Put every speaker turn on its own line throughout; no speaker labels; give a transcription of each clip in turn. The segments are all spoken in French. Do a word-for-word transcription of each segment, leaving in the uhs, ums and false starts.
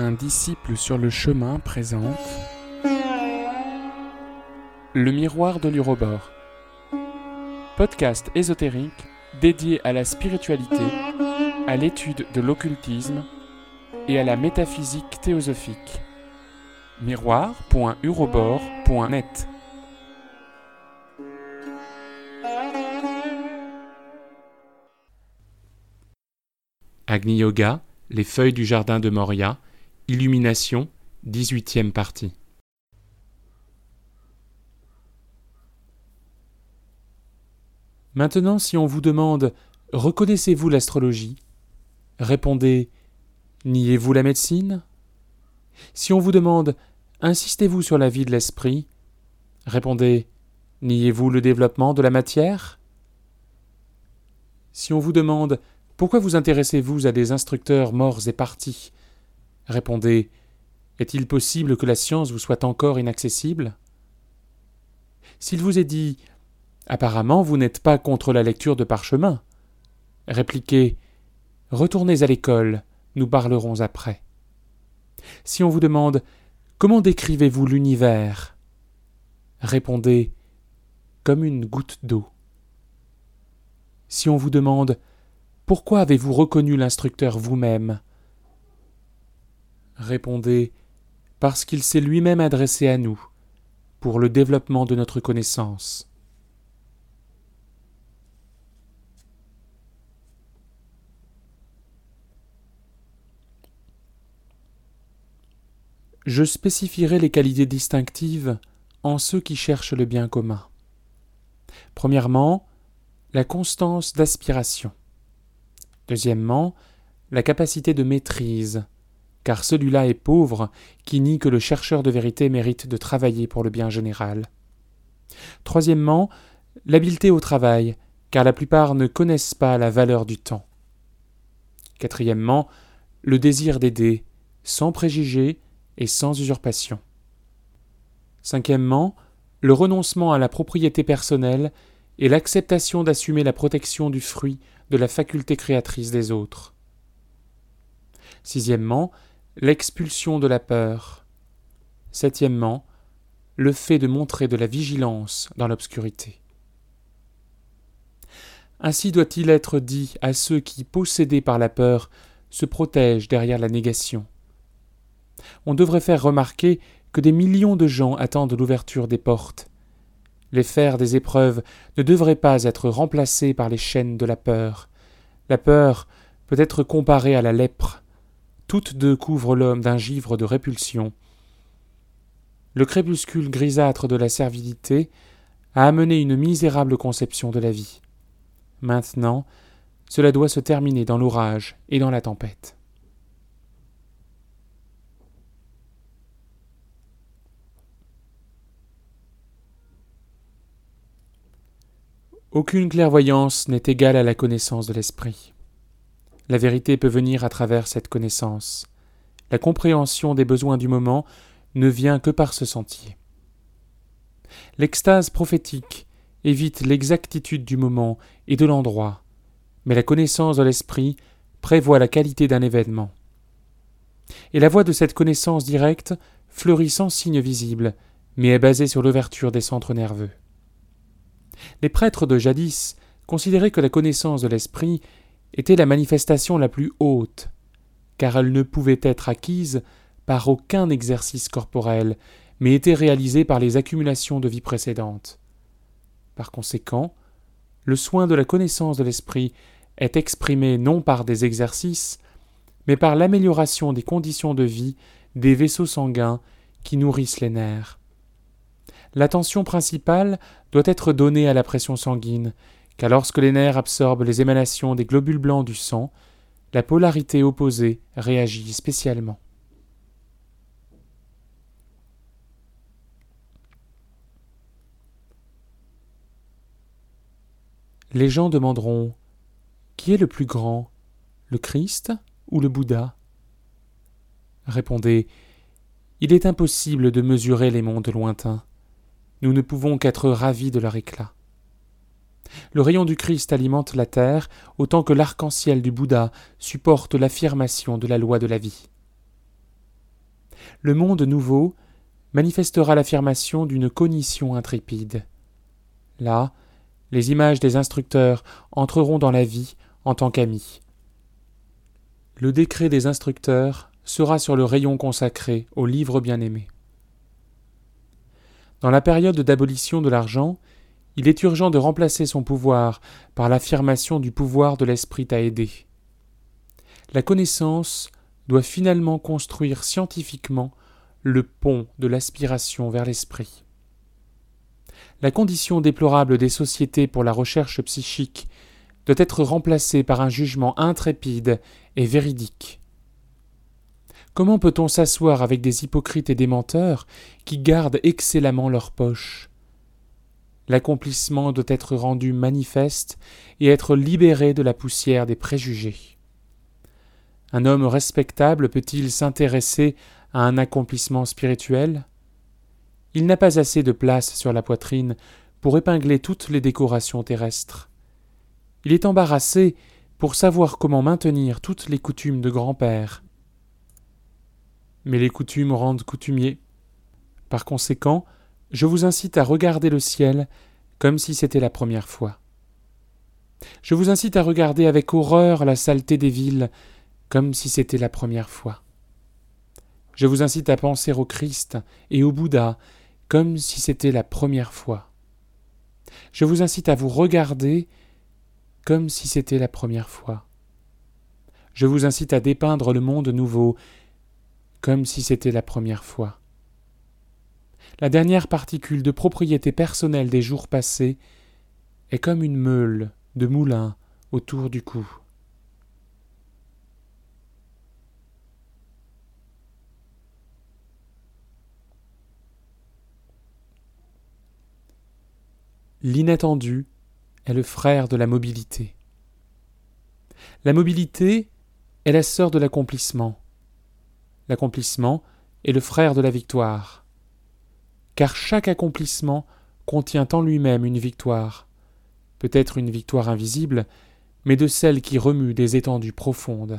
Un disciple sur le chemin présente Le miroir de l'Urobore, podcast ésotérique dédié à la spiritualité, à l'étude de l'occultisme et à la métaphysique théosophique. miroir point urobore point net. Agni Yoga, les feuilles du jardin de Moria, Illumination, dix-huitième partie. Maintenant, si on vous demande « Reconnaissez-vous l'astrologie ?» Répondez « Niez-vous la médecine ?» Si on vous demande « Insistez-vous sur la vie de l'esprit ?» Répondez « Niez-vous le développement de la matière ?» Si on vous demande « Pourquoi vous intéressez-vous à des instructeurs morts et partis ?» Répondez « Est-il possible que la science vous soit encore inaccessible ?» S'il vous est dit « Apparemment, vous n'êtes pas contre la lecture de parchemin », répliquez « Retournez à l'école, nous parlerons après. » Si on vous demande « Comment décrivez-vous l'univers ?» Répondez « Comme une goutte d'eau. » Si on vous demande « Pourquoi avez-vous reconnu l'instructeur vous-même ?» Répondez « Parce qu'il s'est lui-même adressé à nous, pour le développement de notre connaissance. » Je spécifierai les qualités distinctives en ceux qui cherchent le bien commun. Premièrement, la constance d'aspiration. Deuxièmement, la capacité de maîtrise, car celui-là est pauvre qui nie que le chercheur de vérité mérite de travailler pour le bien général. Troisièmement, l'habileté au travail, car la plupart ne connaissent pas la valeur du temps. Quatrièmement, le désir d'aider, sans préjugés et sans usurpation. Cinquièmement, le renoncement à la propriété personnelle et l'acceptation d'assumer la protection du fruit de la faculté créatrice des autres. Sixièmement, l'expulsion de la peur. Septièmement, le fait de montrer de la vigilance dans l'obscurité. Ainsi doit-il être dit à ceux qui, possédés par la peur, se protègent derrière la négation. On devrait faire remarquer que des millions de gens attendent l'ouverture des portes. Les fers des épreuves ne devraient pas être remplacés par les chaînes de la peur. La peur peut être comparée à la lèpre. Toutes deux couvrent l'homme d'un givre de répulsion. Le crépuscule grisâtre de la servilité a amené une misérable conception de la vie. Maintenant, cela doit se terminer dans l'orage et dans la tempête. Aucune clairvoyance n'est égale à la connaissance de l'esprit. La vérité peut venir à travers cette connaissance. La compréhension des besoins du moment ne vient que par ce sentier. L'extase prophétique évite l'exactitude du moment et de l'endroit, mais la connaissance de l'esprit prévoit la qualité d'un événement. Et la voie de cette connaissance directe fleurit sans signe visible, mais est basée sur l'ouverture des centres nerveux. Les prêtres de jadis considéraient que la connaissance de l'esprit était la manifestation la plus haute, car elle ne pouvait être acquise par aucun exercice corporel, mais était réalisée par les accumulations de vie précédentes. Par conséquent, le soin de la connaissance de l'esprit est exprimé non par des exercices, mais par l'amélioration des conditions de vie des vaisseaux sanguins qui nourrissent les nerfs. L'attention principale doit être donnée à la pression sanguine, car lorsque les nerfs absorbent les émanations des globules blancs du sang, la polarité opposée réagit spécialement. Les gens demanderont « Qui est le plus grand, le Christ ou le Bouddha ?» Répondez « Il est impossible de mesurer les mondes lointains. Nous ne pouvons qu'être ravis de leur éclat. Le rayon du Christ alimente la terre, autant que l'arc-en-ciel du Bouddha supporte l'affirmation de la loi de la vie. Le monde nouveau manifestera l'affirmation d'une cognition intrépide. Là, les images des instructeurs entreront dans la vie en tant qu'amis. Le décret des instructeurs sera sur le rayon consacré au livre bien-aimé. Dans la période d'abolition de l'argent, il est urgent de remplacer son pouvoir par l'affirmation du pouvoir de l'esprit à aider. La connaissance doit finalement construire scientifiquement le pont de l'aspiration vers l'esprit. La condition déplorable des sociétés pour la recherche psychique doit être remplacée par un jugement intrépide et véridique. Comment peut-on s'asseoir avec des hypocrites et des menteurs qui gardent excellemment leur poche ? L'accomplissement doit être rendu manifeste et être libéré de la poussière des préjugés. Un homme respectable peut-il s'intéresser à un accomplissement spirituel ? Il n'a pas assez de place sur la poitrine pour épingler toutes les décorations terrestres. Il est embarrassé pour savoir comment maintenir toutes les coutumes de grand-père. Mais les coutumes rendent coutumier. Par conséquent, je vous incite à regarder le ciel comme si c'était la première fois. Je vous incite à regarder avec horreur la saleté des villes comme si c'était la première fois. Je vous incite à penser au Christ et au Bouddha comme si c'était la première fois. Je vous incite à vous regarder comme si c'était la première fois. Je vous incite à dépeindre le monde nouveau comme si c'était la première fois. La dernière particule de propriété personnelle des jours passés est comme une meule de moulin autour du cou. L'inattendu est le frère de la mobilité. La mobilité est la sœur de l'accomplissement. L'accomplissement est le frère de la victoire. Car chaque accomplissement contient en lui-même une victoire, peut-être une victoire invisible, mais de celle qui remue des étendues profondes.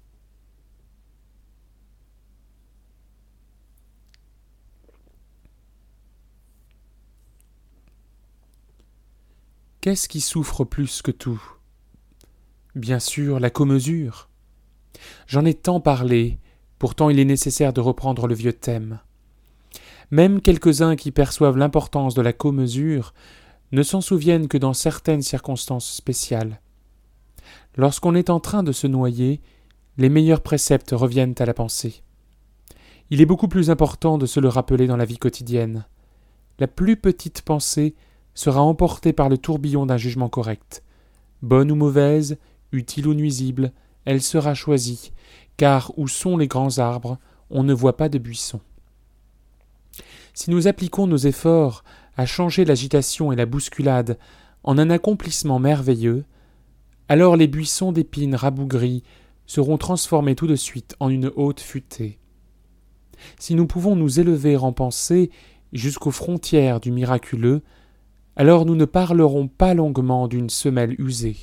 Qu'est-ce qui souffre plus que tout ? Bien sûr, la commesure. J'en ai tant parlé, pourtant il est nécessaire de reprendre le vieux thème. Même quelques-uns qui perçoivent l'importance de la commesure ne s'en souviennent que dans certaines circonstances spéciales. Lorsqu'on est en train de se noyer, les meilleurs préceptes reviennent à la pensée. Il est beaucoup plus important de se le rappeler dans la vie quotidienne. La plus petite pensée sera emportée par le tourbillon d'un jugement correct. Bonne ou mauvaise, utile ou nuisible, elle sera choisie, car où sont les grands arbres, on ne voit pas de buissons. Si nous appliquons nos efforts à changer l'agitation et la bousculade en un accomplissement merveilleux, alors les buissons d'épines rabougries seront transformés tout de suite en une haute futée. Si nous pouvons nous élever en pensée jusqu'aux frontières du miraculeux, alors nous ne parlerons pas longuement d'une semelle usée.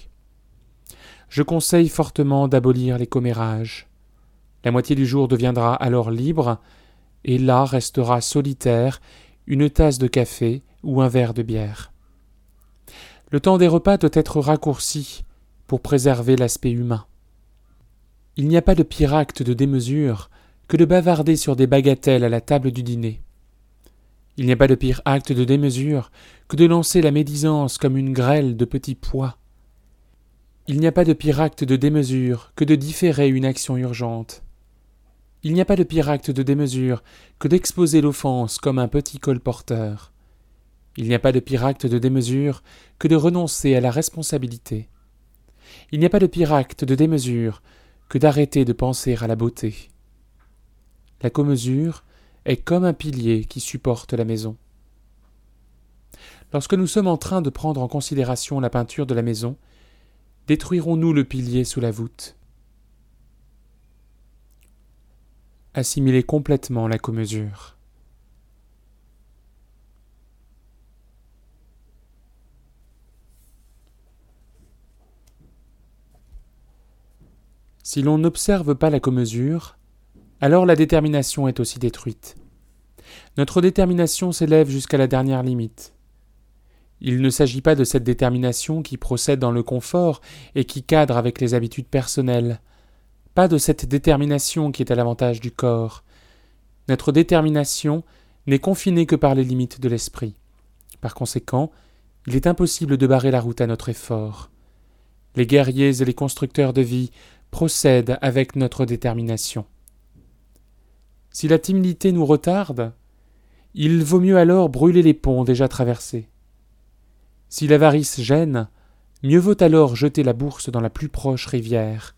Je conseille fortement d'abolir les commérages. La moitié du jour deviendra alors libre, et là restera solitaire une tasse de café ou un verre de bière. Le temps des repas doit être raccourci pour préserver l'aspect humain. Il n'y a pas de pire acte de démesure que de bavarder sur des bagatelles à la table du dîner. Il n'y a pas de pire acte de démesure que de lancer la médisance comme une grêle de petits pois. Il n'y a pas de pire acte de démesure que de différer une action urgente. Il n'y a pas de pire acte de démesure que d'exposer l'offense comme un petit colporteur. Il n'y a pas de pire acte de démesure que de renoncer à la responsabilité. Il n'y a pas de pire acte de démesure que d'arrêter de penser à la beauté. La commesure est comme un pilier qui supporte la maison. Lorsque nous sommes en train de prendre en considération la peinture de la maison, détruirons-nous le pilier sous la voûte ? Assimilez complètement la commesure. Si l'on n'observe pas la commesure, alors la détermination est aussi détruite. Notre détermination s'élève jusqu'à la dernière limite. Il ne s'agit pas de cette détermination qui procède dans le confort et qui cadre avec les habitudes personnelles, pas de cette détermination qui est à l'avantage du corps. Notre détermination n'est confinée que par les limites de l'esprit. Par conséquent, il est impossible de barrer la route à notre effort. Les guerriers et les constructeurs de vie procèdent avec notre détermination. Si la timidité nous retarde, il vaut mieux alors brûler les ponts déjà traversés. Si l'avarice gêne, mieux vaut alors jeter la bourse dans la plus proche rivière.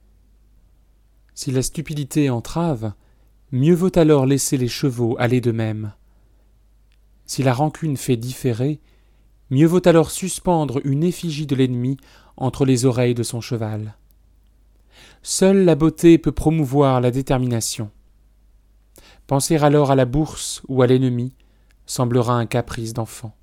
Si la stupidité entrave, mieux vaut alors laisser les chevaux aller d'eux-mêmes. Si la rancune fait différer, mieux vaut alors suspendre une effigie de l'ennemi entre les oreilles de son cheval. Seule la beauté peut promouvoir la détermination. Penser alors à la bourse ou à l'ennemi semblera un caprice d'enfant.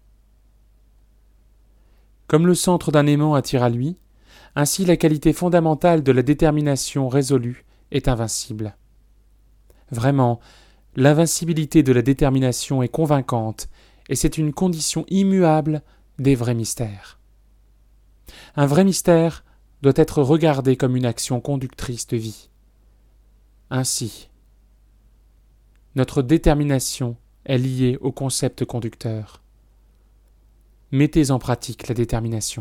Comme le centre d'un aimant attire à lui, ainsi la qualité fondamentale de la détermination résolue est invincible. Vraiment, l'invincibilité de la détermination est convaincante et c'est une condition immuable des vrais mystères. Un vrai mystère doit être regardé comme une action conductrice de vie. Ainsi, notre détermination est liée au concept conducteur. Mettez en pratique la détermination.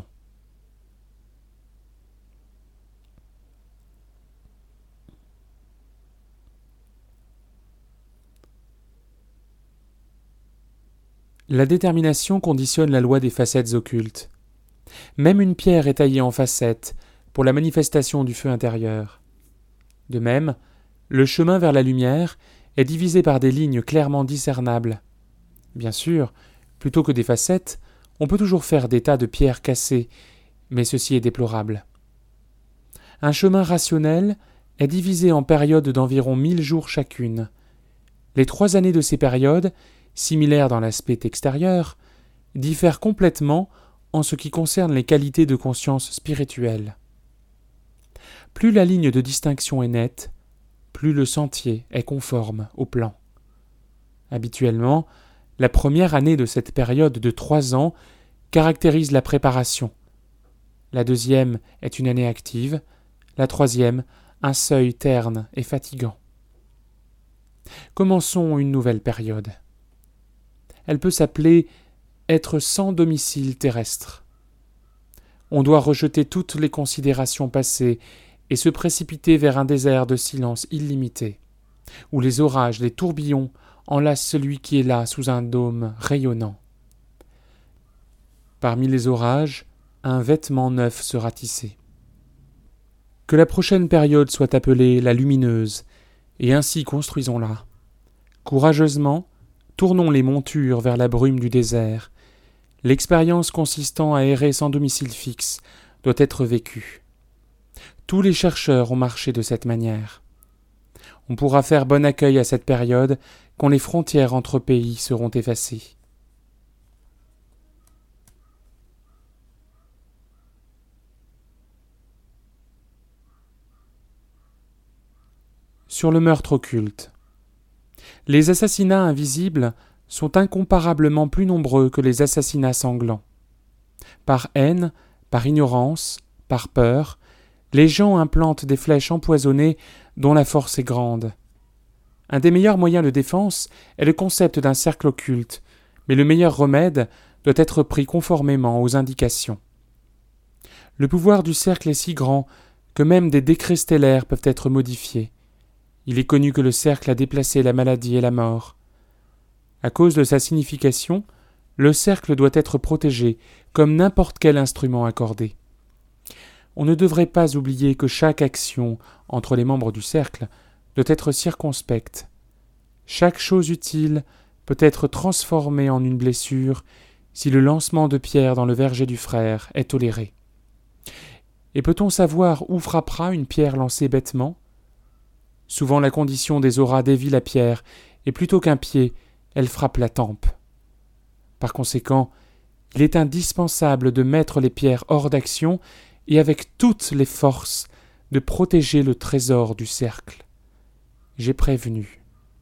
La détermination conditionne la loi des facettes occultes. Même une pierre est taillée en facettes pour la manifestation du feu intérieur. De même, le chemin vers la lumière est divisé par des lignes clairement discernables. Bien sûr, plutôt que des facettes, on peut toujours faire des tas de pierres cassées, mais ceci est déplorable. Un chemin rationnel est divisé en périodes d'environ mille jours chacune. Les trois années de ces périodes, similaires dans l'aspect extérieur, diffèrent complètement en ce qui concerne les qualités de conscience spirituelle. Plus la ligne de distinction est nette, plus le sentier est conforme au plan. Habituellement, la première année de cette période de trois ans caractérise la préparation. La deuxième est une année active, la troisième un seuil terne et fatigant. Commençons une nouvelle période. Elle peut s'appeler « être sans domicile terrestre ». On doit rejeter toutes les considérations passées et se précipiter vers un désert de silence illimité, où les orages, les tourbillons enlacent celui qui est là sous un dôme rayonnant. Parmi les orages, un vêtement neuf sera tissé. Que la prochaine période soit appelée la lumineuse, et ainsi construisons-la. Courageusement, tournons les montures vers la brume du désert. L'expérience consistant à errer sans domicile fixe doit être vécue. Tous les chercheurs ont marché de cette manière. On pourra faire bon accueil à cette période quand les frontières entre pays seront effacées. Sur le meurtre occulte. Les assassinats invisibles sont incomparablement plus nombreux que les assassinats sanglants. Par haine, par ignorance, par peur, les gens implantent des flèches empoisonnées dont la force est grande. Un des meilleurs moyens de défense est le concept d'un cercle occulte, mais le meilleur remède doit être pris conformément aux indications. Le pouvoir du cercle est si grand que même des décrets stellaires peuvent être modifiés. Il est connu que le cercle a déplacé la maladie et la mort. À cause de sa signification, le cercle doit être protégé comme n'importe quel instrument accordé. On ne devrait pas oublier que chaque action entre les membres du cercle doit être circonspecte. Chaque chose utile peut être transformée en une blessure si le lancement de pierre dans le verger du frère est toléré. Et peut-on savoir où frappera une pierre lancée bêtement ? Souvent la condition des auras dévie la pierre, et plutôt qu'un pied, elle frappe la tempe. Par conséquent, il est indispensable de mettre les pierres hors d'action et avec toutes les forces de protéger le trésor du cercle. j'ai prévenu.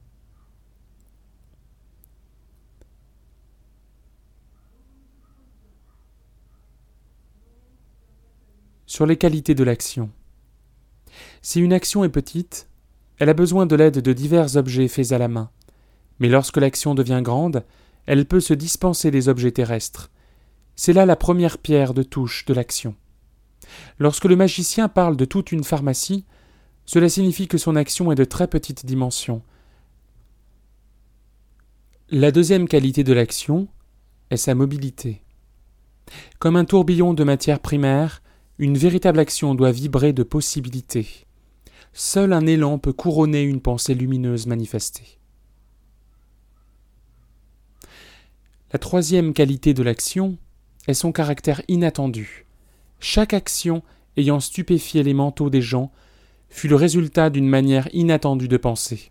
Sur les qualités de l'action. Si une action est petite, elle a besoin de l'aide de divers objets faits à la main. Mais lorsque l'action devient grande, elle peut se dispenser des objets terrestres. C'est là la première pierre de touche de l'action. Lorsque le magicien parle de toute une pharmacie, cela signifie que son action est de très petite dimension. La deuxième qualité de l'action est sa mobilité. Comme un tourbillon de matière primaire, une véritable action doit vibrer de possibilités. Seul un élan peut couronner une pensée lumineuse manifestée. La troisième qualité de l'action est son caractère inattendu. Chaque action ayant stupéfié les manteaux des gens fut le résultat d'une manière inattendue de penser.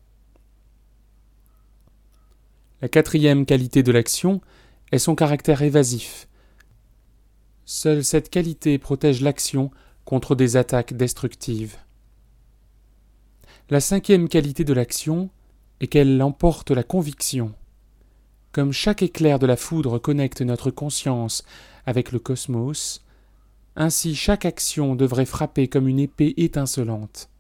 La quatrième qualité de l'action est son caractère évasif. Seule cette qualité protège l'action contre des attaques destructives. La cinquième qualité de l'action est qu'elle emporte la conviction. Comme chaque éclair de la foudre connecte notre conscience avec le cosmos, ainsi chaque action devrait frapper comme une épée étincelante.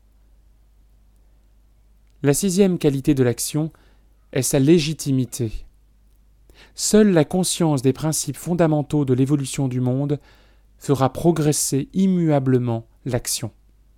La sixième qualité de l'action est sa légitimité. Seule la conscience des principes fondamentaux de l'évolution du monde fera progresser immuablement l'action.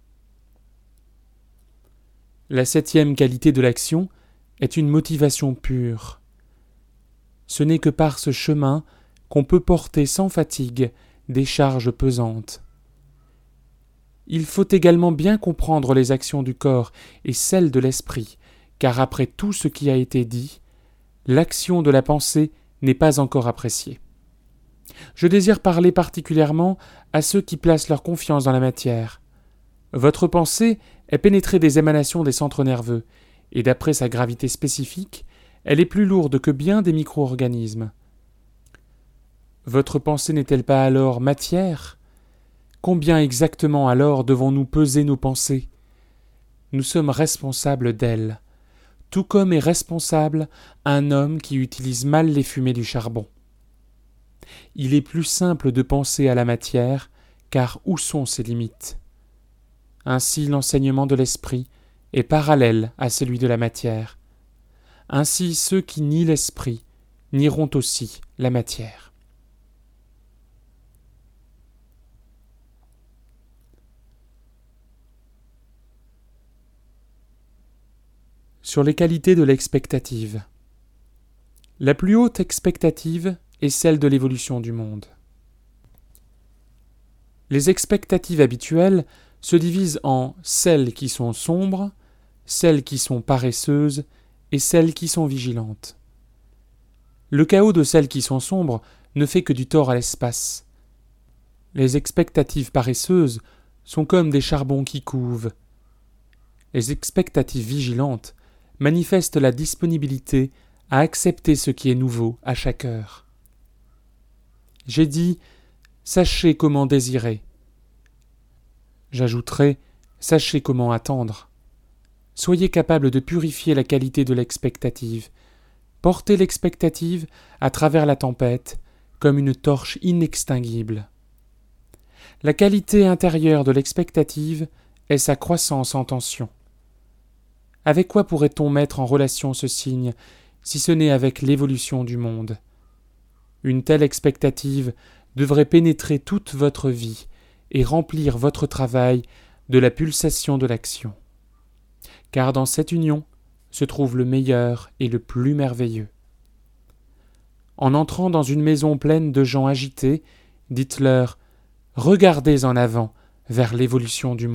La septième qualité de l'action est une motivation pure. Ce n'est que par ce chemin qu'on peut porter sans fatigue des charges pesantes. Il faut également bien comprendre les actions du corps et celles de l'esprit, car après tout ce qui a été dit, l'action de la pensée n'est pas encore appréciée. Je désire parler particulièrement à ceux qui placent leur confiance dans la matière. Votre pensée est pénétrée des émanations des centres nerveux, et d'après sa gravité spécifique, elle est plus lourde que bien des micro-organismes. Votre pensée n'est-elle pas alors matière ? Combien exactement alors devons-nous peser nos pensées ? Nous sommes responsables d'elles, tout comme est responsable un homme qui utilise mal les fumées du charbon. Il est plus simple de penser à la matière, car où sont ses limites ? Ainsi l'enseignement de l'esprit est parallèle à celui de la matière. Ainsi ceux qui nient l'esprit nieront aussi la matière. Sur les qualités de l'expectative. La plus haute expectative est celle de l'évolution du monde. Les expectatives habituelles se divisent en celles qui sont sombres, celles qui sont paresseuses et celles qui sont vigilantes. Le chaos de celles qui sont sombres ne fait que du tort à l'espace. Les expectatives paresseuses sont comme des charbons qui couvent. Les expectatives vigilantes manifestent la disponibilité à accepter ce qui est nouveau à chaque heure. J'ai dit « sachez comment désirer ». J'ajouterai « sachez comment attendre ». Soyez capable de purifier la qualité de l'expectative. Portez l'expectative à travers la tempête comme une torche inextinguible. La qualité intérieure de l'expectative est sa croissance en tension. Avec quoi pourrait-on mettre en relation ce signe, si ce n'est avec l'évolution du monde ? Une telle expectative devrait pénétrer toute votre vie et remplir votre travail de la pulsation de l'action. Car dans cette union se trouve le meilleur et le plus merveilleux. En entrant dans une maison pleine de gens agités, dites-leur « Regardez en avant vers l'évolution du monde ».